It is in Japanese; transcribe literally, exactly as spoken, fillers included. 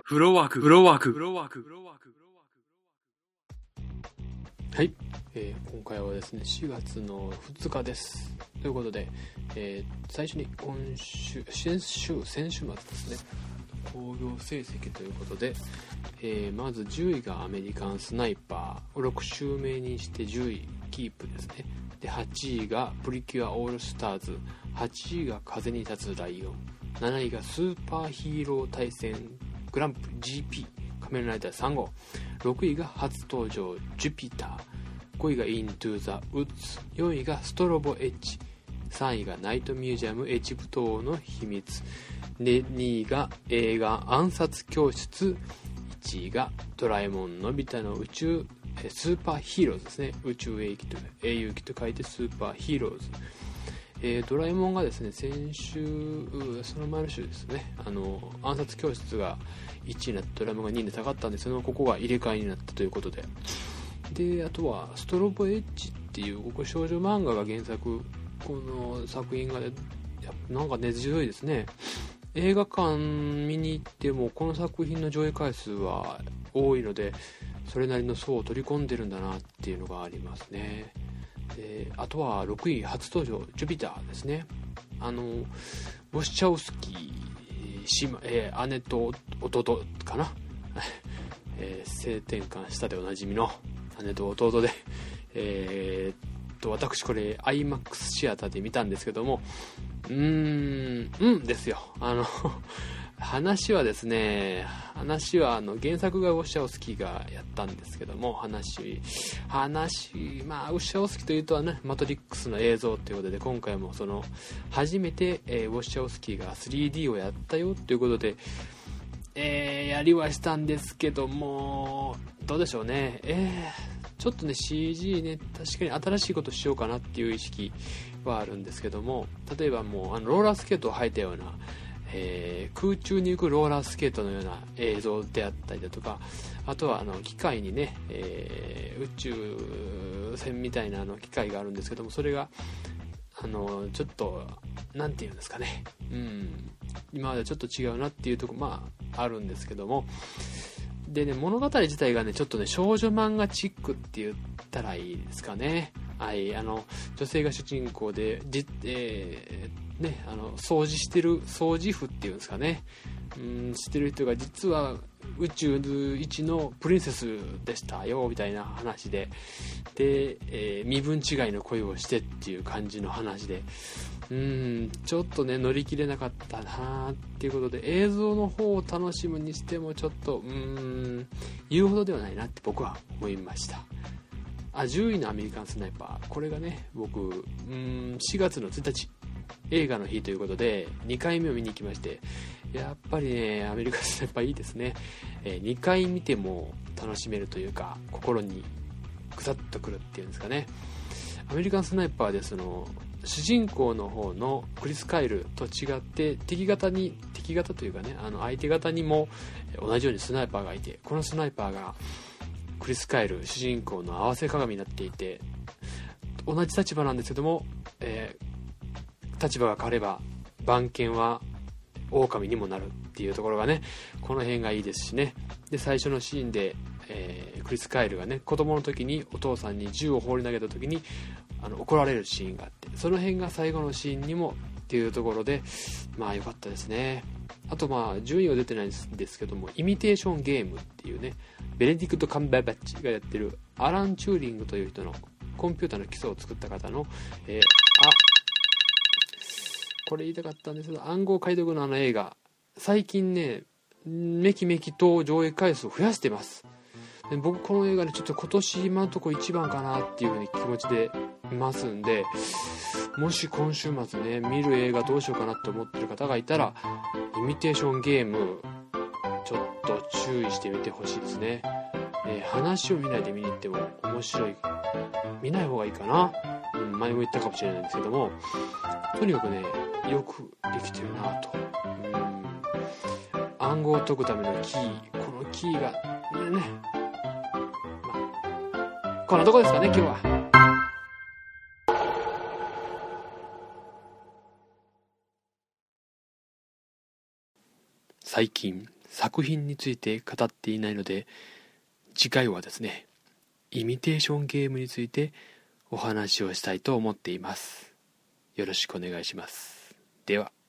フロワークフロワークフロワークフロワーク。はい、えー、今回はですねしがつのふつかですということで、えー、最初に今週先週先週末ですね興行成績ということで、えー、まずじゅういがアメリカンスナイパーろく週目にしてじゅういキープですね。ではちいがプリキュアオールスターズ、はちいが風に立つライオン、なないがスーパーヒーロー対戦グランプリ ジーピー 仮面ライダーさん号、ろくいが初登場ジュピター、ごいがイントゥザウッズ、よんいがストロボエッジ、さんいがナイトミュージアムエジプトの秘密で、にいが映画暗殺教室、いちいがドラえもんのび太の宇宙スーパーヒーローズですね。宇宙英雄と英雄記と書いてスーパーヒーローズ、えー、ドラえもんがですね先週その前の週ですね、あの暗殺教室がいちいになってドラえもんがにいで下がったんで、そのここが入れ替えになったということで、であとはストロボエッジっていうここ少女漫画が原作、この作品が、ね、やなんか根強いですね。映画館見に行ってもこの作品の上映回数は多いので、それなりの層を取り込んでるんだなっていうのがありますね。であとはろくい初登場ジュピターですね。あのウォシチャオスキー姉妹、えー、姉と弟かな、えー、性転換したでおなじみの姉と弟で、えー、っと私これ アイマックス シアターで見たんですけども、うーんうんですよ。あの話はですね話はあの原作がウォシャオスキーがやったんですけども、話話まあウォシャオスキーというとはねマトリックスの映像ということで、今回もその初めて、えー、ウォシャオスキーが スリーディー をやったよということで、えー、やりはしたんですけども、どうでしょうね、えー、ちょっとね シージー ね確かに新しいことしようかなっていう意識はあるんですけども、例えばもうあのローラースケートを履いたような、えー、空中に行くローラースケートのような映像であったりだとか、あとはあの機械にね、えー、宇宙船みたいなあの機械があるんですけども、それがあのちょっとなんていうんですかね、うん、今までちょっと違うなっていうところまああるんですけども、でね物語自体がねちょっとね少女漫画チックって言ったらいいですかね。はい、あの女性が主人公でじ、えーね、あの掃除してる掃除婦っていうんですかね、うんしてる人が実は宇宙一のプリンセスでしたよみたいな話で、で、えー、身分違いの恋をしてっていう感じの話で、うーんちょっとね乗り切れなかったなっていうことで、映像の方を楽しむにしてもちょっとうーん言うほどではないなって僕は思いました。あじゅういのアメリカンスナイパー、これがね僕うーんしがつのついたち映画の日ということでにかいめを見に行きまして、やっぱりねアメリカンスナイパーいいですね、えー、にかい見ても楽しめるというか心にグサッとくるっていうんですかね。アメリカンスナイパーでその主人公の方のクリス・カイルと違って敵方に敵方というかねあの相手方にも同じようにスナイパーがいて、このスナイパーがクリス・カイル主人公の合わせ鏡になっていて、同じ立場なんですけども、えー、立場が変われば番犬は狼にもなるっていうところがねこの辺がいいですしね。で最初のシーンで、えー、クリス・カイルがね子供の時にお父さんに銃を放り投げた時にあの怒られるシーンがあって、その辺が最後のシーンにもっていうところでまあ良かったですね。あとまあ順位は出てないんですけども、イミテーションゲームっていうねベネディクト・カンバーバッチがやってるアラン・チューリングという人のコンピューターの基礎を作った方の、えー、あこれ言いたかったんですけど、暗号解読のあの映画最近ねめきめきと上映回数を増やしてます。で僕この映画でちょっと今年今のところ一番かなっていう風に気持ちでいますんで、もし今週末ね見る映画どうしようかなと思ってる方がいたらイミテーションゲームちょっと注意してみてほしいですね。えー、話を見ないで見に行っても面白い、見ない方がいいかな、うん、前も言ったかもしれないんですけども、とにかくねよくできてるなと、うん、暗号を解くためのキー、このキーがね、まあ、こんなとこですかね今日は。最近作品について語っていないので、次回はですねイミテーションゲームについてお話をしたいと思っています。よろしくお願いします。では。